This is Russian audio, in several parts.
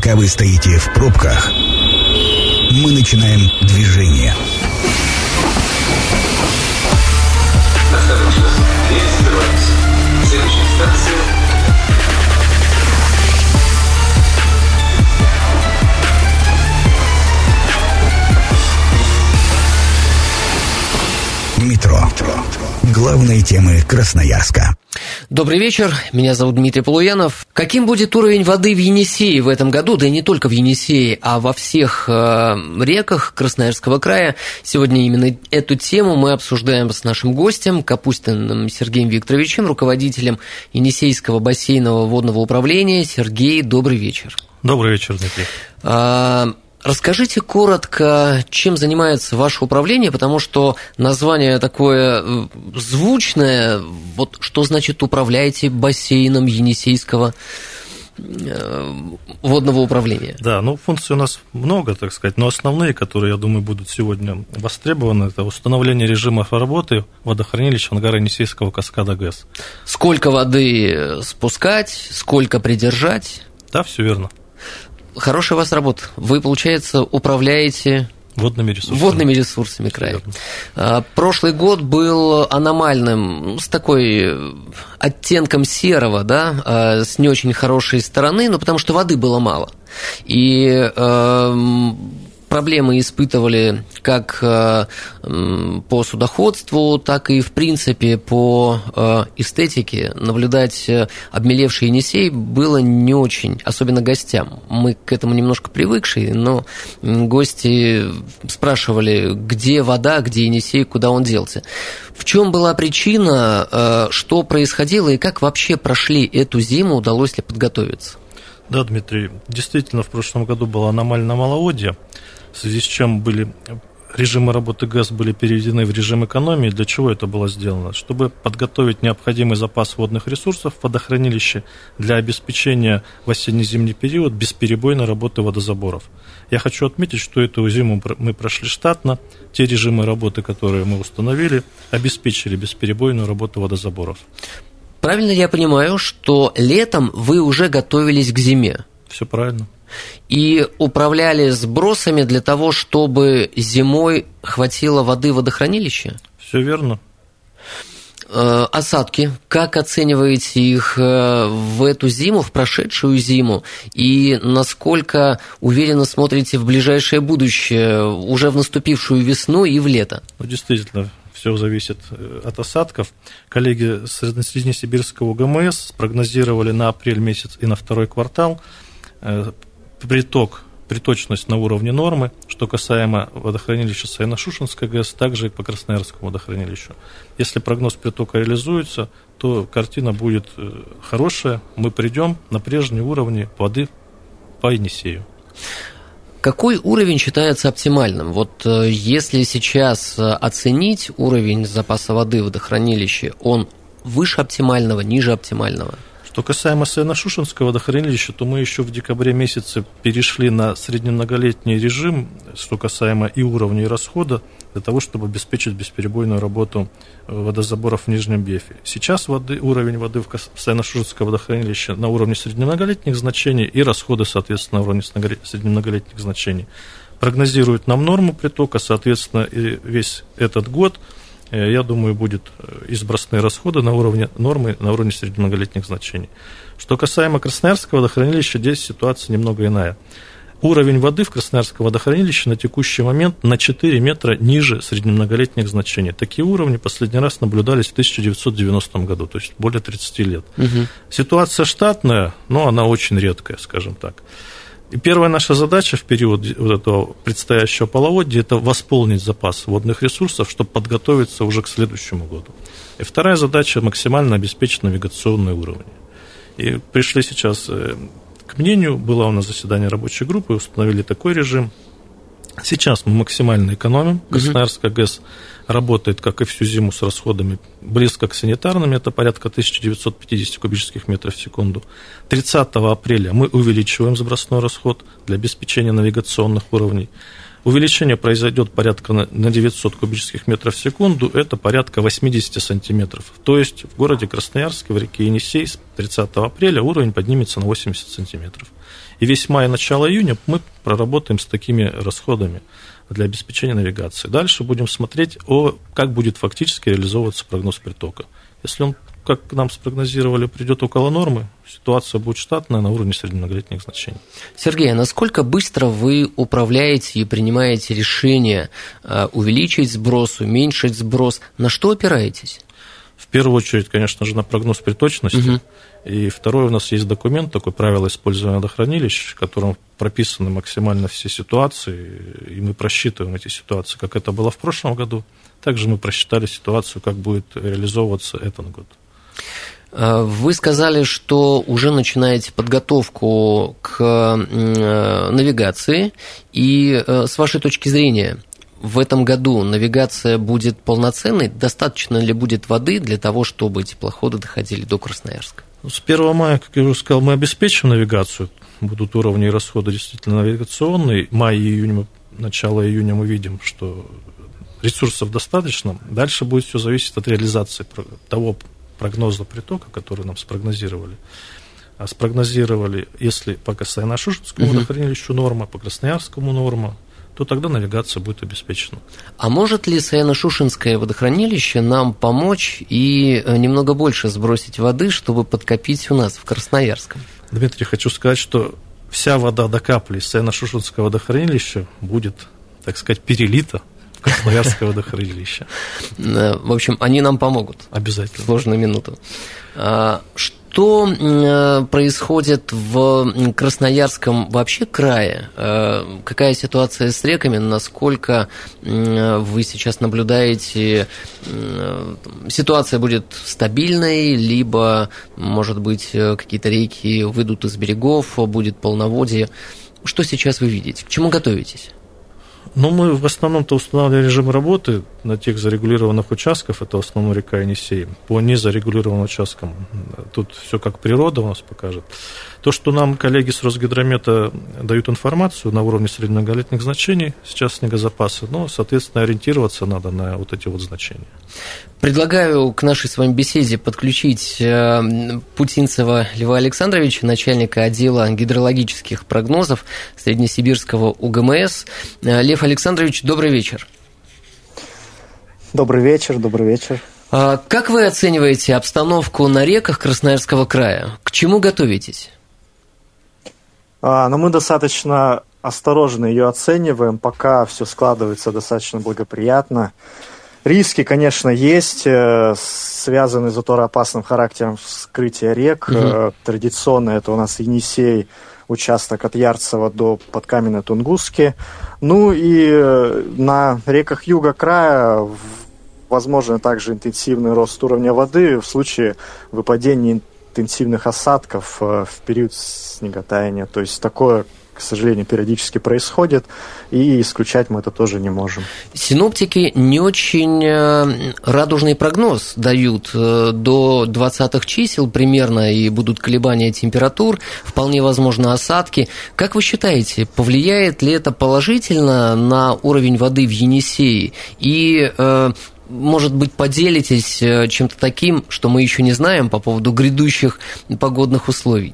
Пока вы стоите в пробках, мы начинаем движение. Осторожно, дверь закрывается. Следующая станция. Метро. Главные темы Красноярска. Добрый вечер, меня зовут Дмитрий Полуянов. Каким будет уровень воды в Енисее в этом году, да и не только в Енисее, а во всех реках Красноярского края? Сегодня именно эту тему мы обсуждаем с нашим гостем, Капустиным Сергеем Викторовичем, руководителем Енисейского бассейнового водного управления. Сергей, добрый вечер. Добрый вечер, Дмитрий. Расскажите коротко, чем занимается ваше управление, потому что название такое звучное. Вот что значит управляете бассейном Енисейского водного управления? Да, функций у нас много, так сказать, но основные, которые, я думаю, будут сегодня востребованы, это установление режимов работы водохранилища Ангара-Енисейского каскада ГЭС. Сколько воды спускать, сколько придержать? Да, все верно. Хорошая у вас работа. Вы, получается, управляете водными ресурсами края. Прошлый год был аномальным, с такой оттенком серого, да, с не очень хорошей стороны, но потому что воды было мало. И проблемы испытывали как по судоходству, так и, в принципе, по эстетике. Наблюдать обмелевший Енисей было не очень, особенно гостям. Мы к этому немножко привыкшие, но гости спрашивали, где вода, где Енисей, куда он делся. В чем была причина, что происходило и как вообще прошли эту зиму, удалось ли подготовиться? Да, Дмитрий, действительно, в прошлом году было аномальное маловодье, в связи с чем режимы работы ГЭС были переведены в режим экономии. Для чего это было сделано? Чтобы подготовить необходимый запас водных ресурсов в водохранилище для обеспечения в осенне-зимний период бесперебойной работы водозаборов. Я хочу отметить, что эту зиму мы прошли штатно. Те режимы работы, которые мы установили, обеспечили бесперебойную работу водозаборов. Правильно ли я понимаю, что летом вы уже готовились к зиме? Все правильно. И управляли сбросами для того, чтобы зимой хватило воды в водохранилище? Все верно. Осадки, как оцениваете их в эту зиму, в прошедшую зиму, и насколько уверенно смотрите в ближайшее будущее, уже в наступившую весну и в лето? Действительно, все зависит от осадков. Коллеги Среднесибирского УГМС спрогнозировали на апрель месяц и на второй квартал приточность на уровне нормы. Что касаемо водохранилища Саяно-Шушенской ГЭС, также и по Красноярскому водохранилищу. Если прогноз притока реализуется, то картина будет хорошая. Мы придем на прежние уровни воды по Енисею. Какой уровень считается оптимальным? Вот если сейчас оценить уровень запаса воды в водохранилище, он выше оптимального, ниже оптимального? Что касаемо Саяно-Шушенского водохранилища, то мы еще в декабре месяце перешли на среднемноголетний режим, что касаемо и уровня, и расхода, для того, чтобы обеспечить бесперебойную работу водозаборов в Нижнем Бефе. Сейчас уровень воды в Саяно-Шушенском водохранилище на уровне среднемноголетних значений и расходы, соответственно, на уровне среднемноголетних значений. Прогнозируют нам норму притока, соответственно, и весь этот год, я думаю, будет и сбросные расходы на уровне нормы, на уровне среднемноголетних значений. Что касаемо Красноярского водохранилища, здесь ситуация немного иная. Уровень воды в Красноярском водохранилище на текущий момент на 4 метра ниже среднемноголетних значений. Такие уровни последний раз наблюдались в 1990 году, то есть более 30 лет. Угу. Ситуация штатная, но она очень редкая, скажем так. И первая наша задача в период вот этого предстоящего половодья – это восполнить запас водных ресурсов, чтобы подготовиться уже к следующему году. И вторая задача – максимально обеспечить навигационные уровни. И пришли сейчас к мнению, было у нас заседание рабочей группы, установили такой режим. Сейчас мы максимально экономим. Красноярская ГЭС работает, как и всю зиму, с расходами близко к санитарным, это порядка 1950 кубических метров в секунду. 30 апреля мы увеличиваем сбросной расход для обеспечения навигационных уровней. Увеличение произойдет порядка на 900 кубических метров в секунду, это порядка 80 сантиметров. То есть в городе Красноярске, в реке Енисей, с 30 апреля уровень поднимется на 80 сантиметров. И весь май и начало июня мы проработаем с такими расходами для обеспечения навигации. Дальше будем смотреть, как будет фактически реализовываться прогноз притока. Если он, как нам спрогнозировали, придет около нормы, ситуация будет штатная на уровне среднемноголетних значений. Сергей, а насколько быстро вы управляете и принимаете решение увеличить сброс, уменьшить сброс? На что опираетесь? В первую очередь, конечно же, на прогноз приточности. И второе, у нас есть документ, такое правило использования водохранилищ, в котором прописаны максимально все ситуации, и мы просчитываем эти ситуации, как это было в прошлом году. Также мы просчитали ситуацию, как будет реализовываться этот год. Вы сказали, что уже начинаете подготовку к навигации, и с вашей точки зрения, в этом году навигация будет полноценной? Достаточно ли будет воды для того, чтобы теплоходы доходили до Красноярска? С 1 мая, как я уже сказал, мы обеспечим навигацию. Будут уровни и расходы действительно навигационные. Май и июнь, начало июня мы видим, что ресурсов достаточно. Дальше будет все зависеть от реализации того прогноза притока, который нам спрогнозировали. А спрогнозировали, если по Саяно-Шушенскому водохранилищу норма, по Красноярскому норма, то тогда навигация будет обеспечена. А может ли Саяно-Шушенское водохранилище нам помочь и немного больше сбросить воды, чтобы подкопить у нас в Красноярском? Дмитрий, хочу сказать, что вся вода до капли из Саяно-Шушенского водохранилища будет, так сказать, перелита в Красноярское водохранилище. В общем, они нам помогут. Обязательно. В сложную минуту. Что происходит в Красноярском вообще крае? Какая ситуация с реками? Насколько вы сейчас наблюдаете, ситуация будет стабильной, либо, может быть, какие-то реки выйдут из берегов, будет полноводье? Что сейчас вы видите? К чему готовитесь? Ну, мы в основном-то устанавливаем режим работы на тех зарегулированных участках, это в основном река Енисей. По незарегулированным участкам тут все как природа у нас покажет. То, что нам коллеги с Росгидромета дают информацию на уровне среднемноголетних значений, сейчас снегозапасы, но, соответственно, ориентироваться надо на вот эти вот значения. Предлагаю к нашей с вами беседе подключить Путинцева Льва Александровича, начальника отдела гидрологических прогнозов Среднесибирского УГМС. Лев Александрович, добрый вечер. Добрый вечер, добрый вечер. Как вы оцениваете обстановку на реках Красноярского края? К чему готовитесь? Мы достаточно осторожно ее оцениваем, пока все складывается достаточно благоприятно. Риски, конечно, есть, связанные с затороопасным характером вскрытия рек. Традиционно это у нас Енисей, участок от Ярцево до Подкаменной-Тунгусски. Ну и на реках юга края возможен также интенсивный рост уровня воды в случае выпадения интенсивных осадков в период снеготаяния. То есть такое, к сожалению, периодически происходит, и исключать мы это тоже не можем. Синоптики не очень радужный прогноз дают до 20-х чисел примерно, и будут колебания температур, вполне возможно осадки. Как вы считаете, повлияет ли это положительно на уровень воды в Енисее? И может быть, поделитесь чем-то таким, что мы еще не знаем по поводу грядущих погодных условий?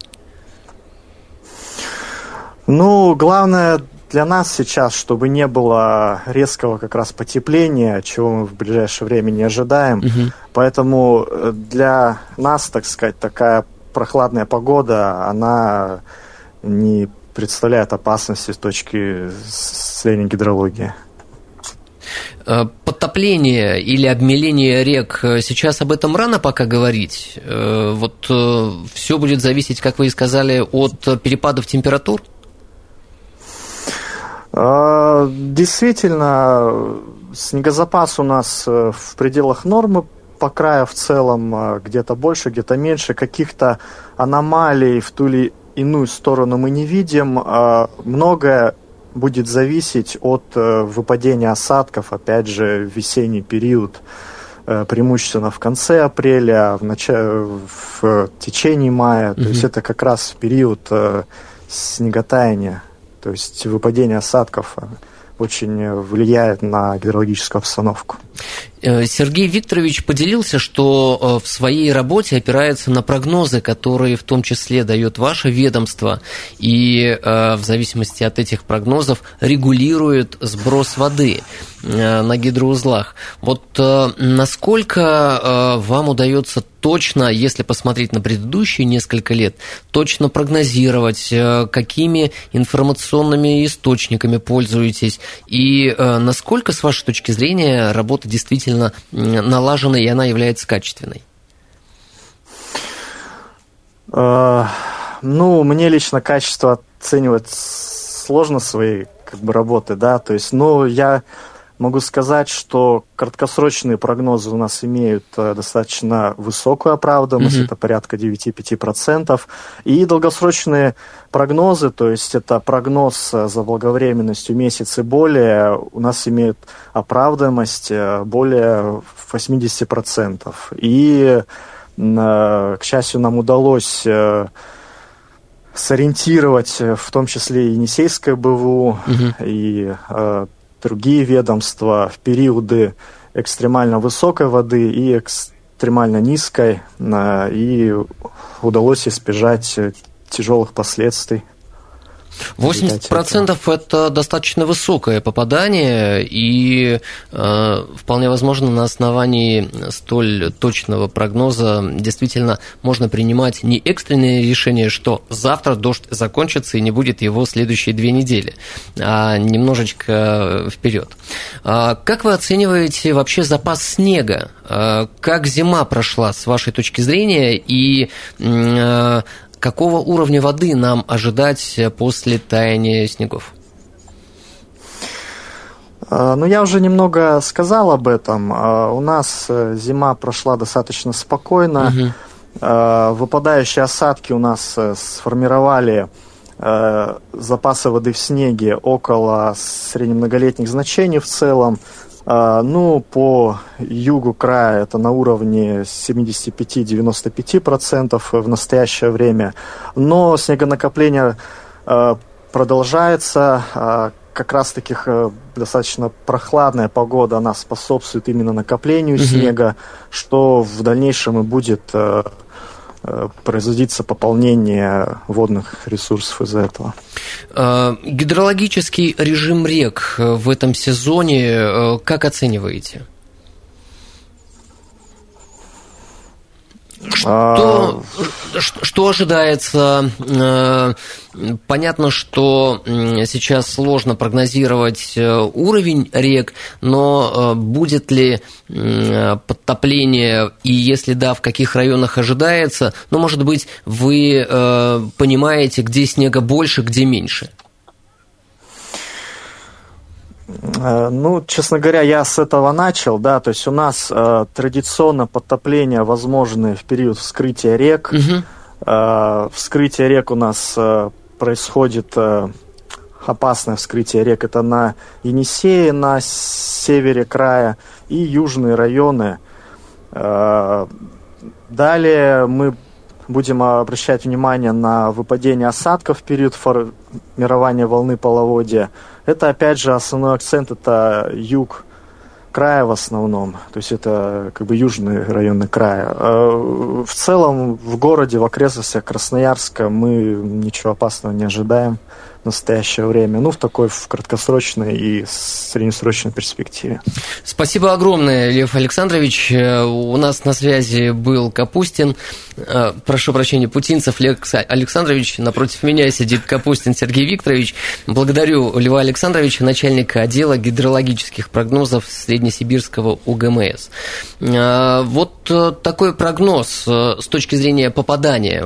Ну, главное для нас сейчас, чтобы не было резкого как раз потепления, чего мы в ближайшее время не ожидаем. Поэтому для нас, так сказать, такая прохладная погода, она не представляет опасности с точки зрения гидрологии. Подтопление или обмеление рек, сейчас об этом рано пока говорить. Вот все будет зависеть, как вы и сказали, от перепадов температур? Действительно, снегозапас у нас в пределах нормы по краю в целом, где-то больше, где-то меньше. Каких-то аномалий в ту или иную сторону мы не видим. Многое будет зависеть от выпадения осадков, опять же, в весенний период, преимущественно в конце апреля, в течение мая. То есть это как раз период снеготаяния. То есть выпадение осадков очень влияет на гидрологическую обстановку. Сергей Викторович поделился, что в своей работе опирается на прогнозы, которые в том числе дает ваше ведомство, и в зависимости от этих прогнозов регулирует сброс воды на гидроузлах. Вот насколько вам удается точно, если посмотреть на предыдущие несколько лет, точно прогнозировать, какими информационными источниками пользуетесь, и насколько, с вашей точки зрения, работа действительно налажена и она является качественной? Мне лично качество оценивать сложно своей работы, да, то есть, я могу сказать, что краткосрочные прогнозы у нас имеют достаточно высокую оправданность, это порядка 9-5%, и долгосрочные прогнозы, то есть это прогноз за благовременностью месяц и более, у нас имеют оправдаемость более 80%. И, к счастью, нам удалось сориентировать в том числе и Енисейское БВУ, и другие ведомства в периоды экстремально высокой воды и экстремально низкой, и удалось избежать тяжелых последствий. 80% это достаточно высокое попадание, и вполне возможно на основании столь точного прогноза действительно можно принимать не экстренные решения, что завтра дождь закончится и не будет его следующие 2 недели, а немножечко вперед. Как вы оцениваете вообще запас снега? Как зима прошла с вашей точки зрения, и какого уровня воды нам ожидать после таяния снегов? Я уже немного сказал об этом. У нас зима прошла достаточно спокойно. Выпадающие осадки у нас сформировали запасы воды в снеге около среднемноголетних значений в целом. По югу края это на уровне 75-95% в настоящее время. Но снегонакопление продолжается. Как раз таки достаточно прохладная погода, она способствует именно накоплению снега, что в дальнейшем и будет производиться пополнение водных ресурсов из-за этого. Гидрологический режим рек в этом сезоне как оцениваете? Что ожидается? Понятно, что сейчас сложно прогнозировать уровень рек, но будет ли подтопление, и если да, в каких районах ожидается? Может быть, вы понимаете, где снега больше, где меньше? Честно говоря, я с этого начал, да, то есть у нас традиционно подтопления возможны в период вскрытия рек. Вскрытие рек у нас происходит, опасное вскрытие рек, это на Енисее, на севере края, и южные районы. Далее мы будем обращать внимание на выпадение осадков в период формирования волны половодья. Это, опять же, основной акцент, это юг края в основном, то есть это южные районы края. В целом в городе, в окрестностях Красноярска мы ничего опасного не ожидаем в настоящее время, в краткосрочной и среднесрочной перспективе. Спасибо огромное, Лев Александрович. У нас на связи был Капустин, прошу прощения, Путинцев Лев Александрович. Напротив меня сидит Капустин Сергей Викторович. Благодарю Льва Александровича, начальника отдела гидрологических прогнозов Среднесибирского УГМС. Вот такой прогноз с точки зрения попадания.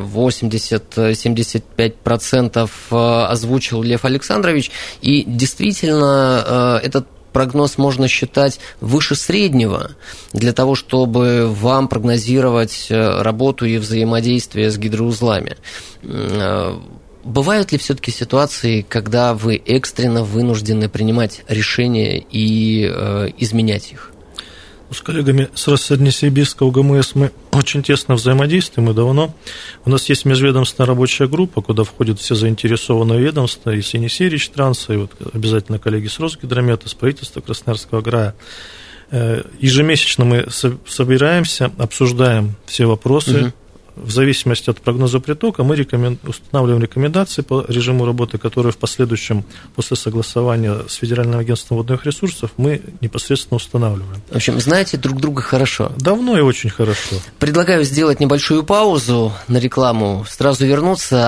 80-75% озвучил Лев Александрович, и действительно этот прогноз можно считать выше среднего для того, чтобы вам прогнозировать работу и взаимодействие с гидроузлами. Бывают ли все-таки ситуации, когда вы экстренно вынуждены принимать решения и изменять их? С коллегами с Среднесибирского УГМС мы очень тесно взаимодействуем и давно. У нас есть межведомственная рабочая группа, куда входят все заинтересованные ведомства, и с Енисей-Речтранса, и обязательно коллеги с Росгидромета, с правительства Красноярского края. Ежемесячно мы собираемся, обсуждаем все вопросы. В зависимости от прогноза притока мы устанавливаем рекомендации по режиму работы, которые в последующем, после согласования с Федеральным агентством водных ресурсов, мы непосредственно устанавливаем. В общем, знаете друг друга хорошо. Давно и очень хорошо. Предлагаю сделать небольшую паузу на рекламу, сразу вернуться.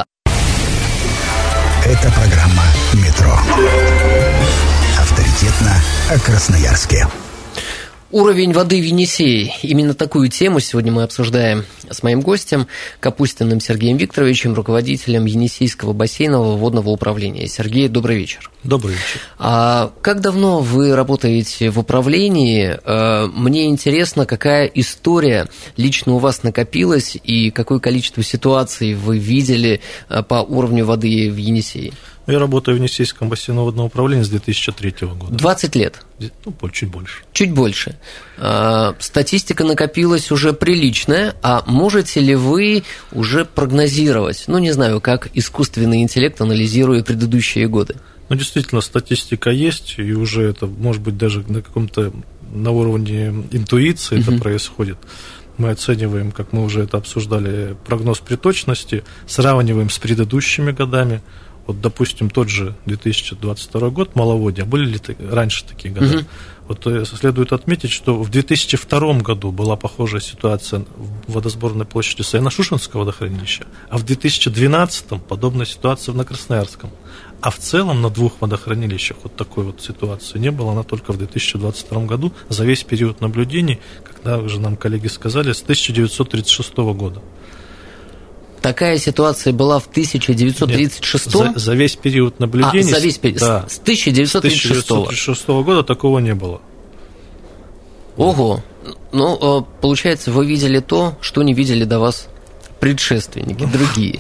Это программа «Метро». Авторитетно о Красноярске. Уровень воды в Енисее. Именно такую тему сегодня мы обсуждаем с моим гостем, Капустиным Сергеем Викторовичем, руководителем Енисейского бассейнового водного управления. Сергей, добрый вечер. Добрый вечер. А как давно вы работаете в управлении? Мне интересно, какая история лично у вас накопилась и какое количество ситуаций вы видели по уровню воды в Енисее? Я работаю в Енисейском бассейновом водном управлении с 2003 года. 20 лет? Чуть больше. Чуть больше. Статистика накопилась уже приличная, а можете ли вы уже прогнозировать, не знаю, как искусственный интеллект, анализируя предыдущие годы? Действительно, статистика есть, и уже это, может быть, даже на уровне интуиции это происходит. Мы оцениваем, как мы уже это обсуждали, прогноз приточности, сравниваем с предыдущими годами. Вот, допустим, тот же 2022 год, маловодье, были ли раньше такие годы? Следует отметить, что в 2002 году была похожая ситуация в водосборной площади Саяно-Шушенского водохранилища, а в 2012 подобная ситуация на Красноярском. А в целом на двух водохранилищах такой ситуации не было, она только в 2022 году за весь период наблюдений, когда уже нам коллеги сказали, с 1936 года. Такая ситуация была в 1936-м? За весь период наблюдений. За весь период. Да. С 1936 года такого не было. Ого. Получается, вы видели то, что не видели до вас предшественники, другие.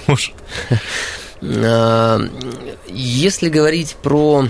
Если говорить про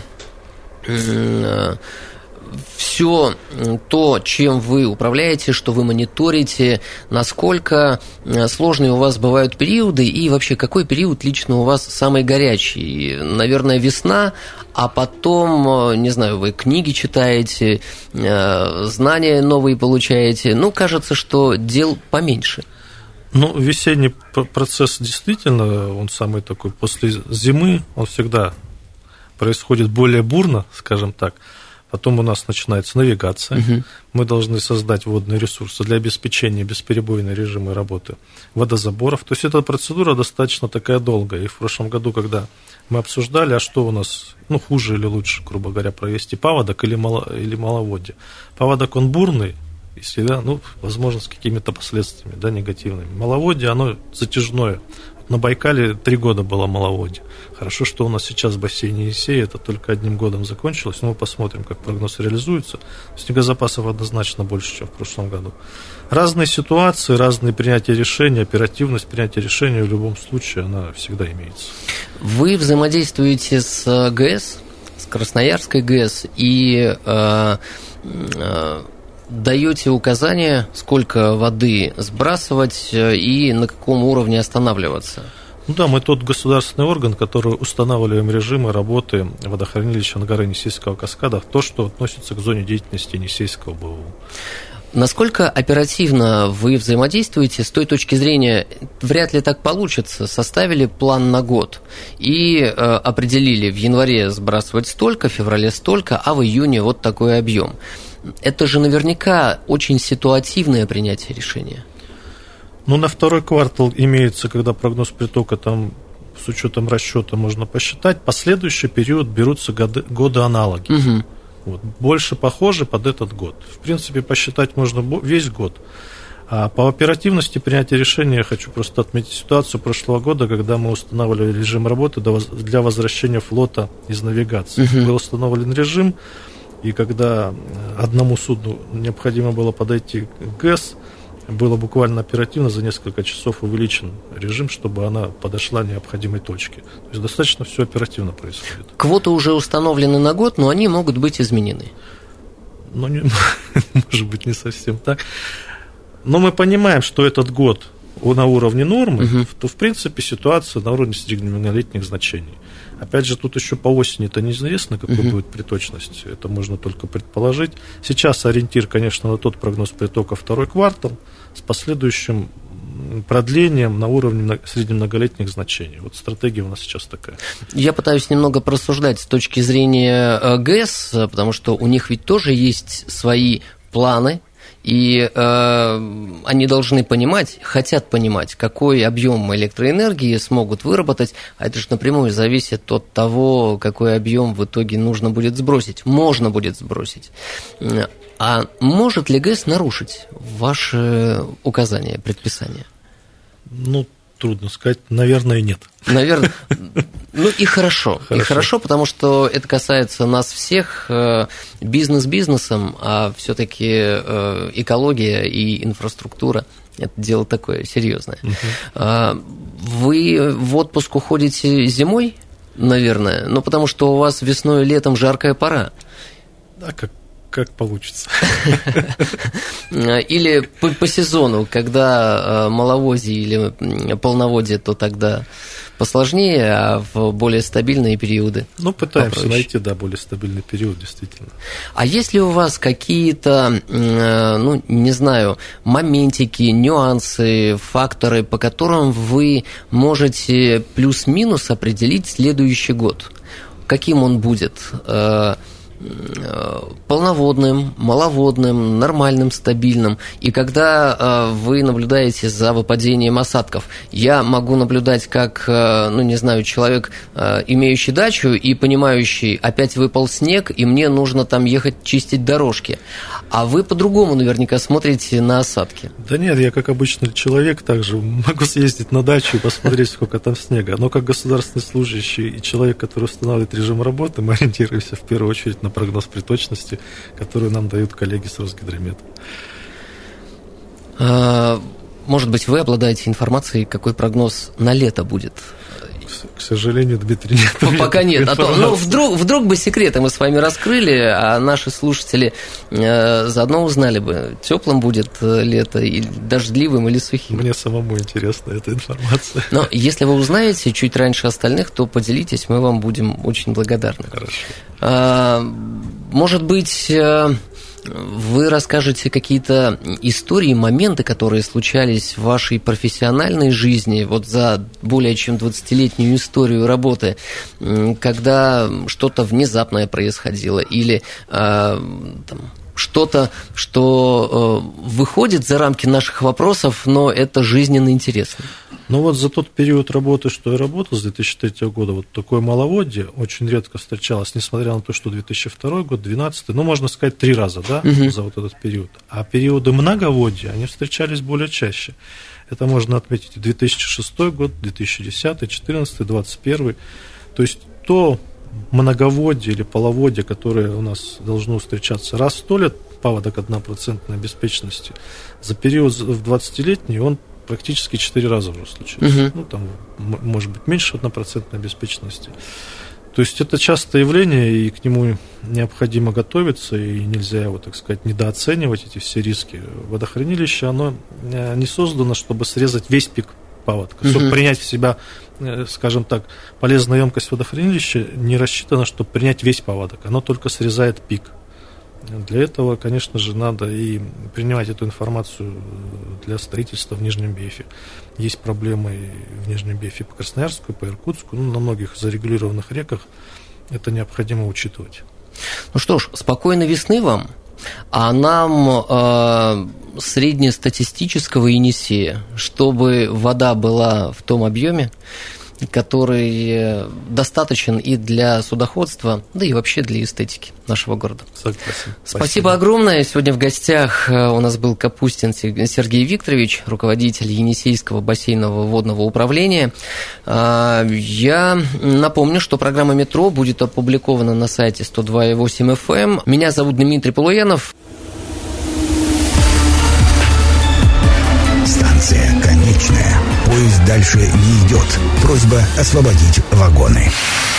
все то, чем вы управляете, что вы мониторите, насколько сложные у вас бывают периоды и вообще какой период лично у вас самый горячий? Наверное, весна, а потом, не знаю, вы книги читаете, знания новые получаете. Кажется, что дел поменьше. Весенний процесс действительно, он самый такой, после зимы, он всегда происходит более бурно, скажем так. Потом у нас начинается навигация. Мы должны создать водные ресурсы для обеспечения бесперебойного режима работы водозаборов. То есть эта процедура достаточно такая долгая. И в прошлом году, когда мы обсуждали, а что у нас хуже или лучше, грубо говоря, провести паводок или маловодье. Паводок, он бурный, и всегда, возможно, с какими-то последствиями, негативными. Маловодье, оно затяжное. На Байкале 3 года было маловодье. Хорошо, что у нас сейчас в бассейне Енисея это только 1 годом закончилось, но мы посмотрим, как прогноз реализуется. Снегозапасов однозначно больше, чем в прошлом году. Разные ситуации, разные принятия решений, оперативность принятия решений в любом случае, она всегда имеется. Вы взаимодействуете с ГЭС, с Красноярской ГЭС, и даете указания, сколько воды сбрасывать и на каком уровне останавливаться? Мы тот государственный орган, который устанавливаем режимы работы водохранилища на горе Енисейского каскада, то, что относится к зоне деятельности Енисейского БУ. Насколько оперативно вы взаимодействуете с той точки зрения, вряд ли так получится, составили план на год и определили в январе сбрасывать столько, в феврале столько, а в июне вот такой объем. Это же наверняка очень ситуативное принятие решения. На второй квартал имеется, когда прогноз притока там с учетом расчета можно посчитать, последующий период берутся годы аналоги. Больше похоже под этот год. В принципе, посчитать можно весь год. А по оперативности принятия решения я хочу просто отметить ситуацию прошлого года, когда мы устанавливали режим работы для возвращения флота из навигации. Был установлен режим, и когда одному судну необходимо было подойти к ГЭС, было буквально оперативно за несколько часов увеличен режим, чтобы она подошла к необходимой точке. То есть достаточно все оперативно происходит. Квоты уже установлены на год, но они могут быть изменены. Может быть, не совсем так. Но мы понимаем, что этот год на уровне нормы, то, в принципе, ситуация на уровне среднелетних значений. Опять же, тут еще по осени-то неизвестно, какой будет приточность. Это можно только предположить. Сейчас ориентир, конечно, на тот прогноз притока второй квартал с последующим продлением на уровне среднемноголетних значений. Вот стратегия у нас сейчас такая. Я пытаюсь немного просуждать с точки зрения ГЭС, потому что у них ведь тоже есть свои планы, и они должны понимать, хотят понимать, какой объем электроэнергии смогут выработать, а это же напрямую зависит от того, какой объем в итоге нужно будет сбросить, можно будет сбросить. А может ли ГЭС нарушить ваши указания, предписания? Ну, трудно сказать, наверное, нет. Наверное, ну и хорошо. И хорошо, потому что это касается нас всех, бизнес бизнесом, а все-таки экология и инфраструктура – это дело такое серьезное. Вы в отпуск уходите зимой, наверное, ну потому что у вас весной и летом жаркая пора. Да, как получится. Или по сезону, когда маловодье или полноводье, то тогда посложнее, а в более стабильные периоды. Ну, пытаемся найти, да, более стабильный период, действительно. А есть ли у вас какие-то, ну, не знаю, моментики, нюансы, факторы, по которым вы можете плюс-минус определить следующий год? Каким он будет? Полноводным, маловодным, нормальным, стабильным. И когда вы наблюдаете за выпадением осадков, я могу наблюдать как, ну не знаю, человек, имеющий дачу и понимающий, опять выпал снег, и мне нужно там ехать чистить дорожки. А вы по-другому наверняка смотрите на осадки. Да нет, я как обычный человек также могу съездить на дачу и посмотреть, сколько там снега. Но как государственный служащий и человек, который устанавливает режим работы, мы ориентируемся в первую очередь на прогноз приточности, который нам дают коллеги с Росгидромета. Может быть, вы обладаете информацией, какой прогноз на лето будет? К сожалению, Дмитрий, нет. Пока нет. А то, ну, вдруг бы секреты мы с вами раскрыли, а наши слушатели заодно узнали бы, теплым будет лето, или дождливым, или сухим. Мне самому интересна эта информация. Но если вы узнаете чуть раньше остальных, то поделитесь, мы вам будем очень благодарны. Хорошо. Может быть, вы расскажете какие-то истории, моменты, которые случались в вашей профессиональной жизни, вот за более чем 20-летнюю историю работы, когда что-то внезапное происходило, или что-то, что выходит за рамки наших вопросов, но это жизненно интересно. Ну вот за тот период работы, что я работал с 2003 года, вот такое маловодье очень редко встречалось, несмотря на то, что 2002 год, 2012, ну, можно сказать, 3 раза, да, за вот этот период. А периоды многоводья, они встречались более чаще. Это можно отметить 2006 год, 2010, 2014, 2021. То есть то многоводье или половодье, которое у нас должно встречаться раз в 100 лет, паводок 1% беспечности, за период в 20-летний он практически 4 раза уже случился. Ну, там, может быть, меньше 1% беспечности. То есть это частое явление, и к нему необходимо готовиться, и нельзя его, так сказать, недооценивать, эти все риски. Водохранилище, оно не создано, чтобы срезать весь пик паводка. Чтобы принять в себя, скажем так, полезная емкость водохранилища не рассчитана, чтобы принять весь паводок. Оно только срезает пик. Для этого, конечно же, надо и принимать эту информацию для строительства в Нижнем Бефе. Есть проблемы в Нижнем Бефе по Красноярску, по Иркутску, ну, на многих зарегулированных реках это необходимо учитывать. Ну что ж, спокойной весны вам, а нам среднестатистического Енисея, чтобы вода была в том объеме, который достаточен и для судоходства, да и вообще для эстетики нашего города. Согласен. Спасибо огромное. Сегодня в гостях у нас был Капустин Сергей Викторович, руководитель Енисейского бассейнового водного управления. Я напомню, что программа «Метро» будет опубликована на сайте 102.8 FM. Меня зовут Дмитрий Полуянов. Станция конечная. Поезд дальше не идет. Просьба освободить вагоны.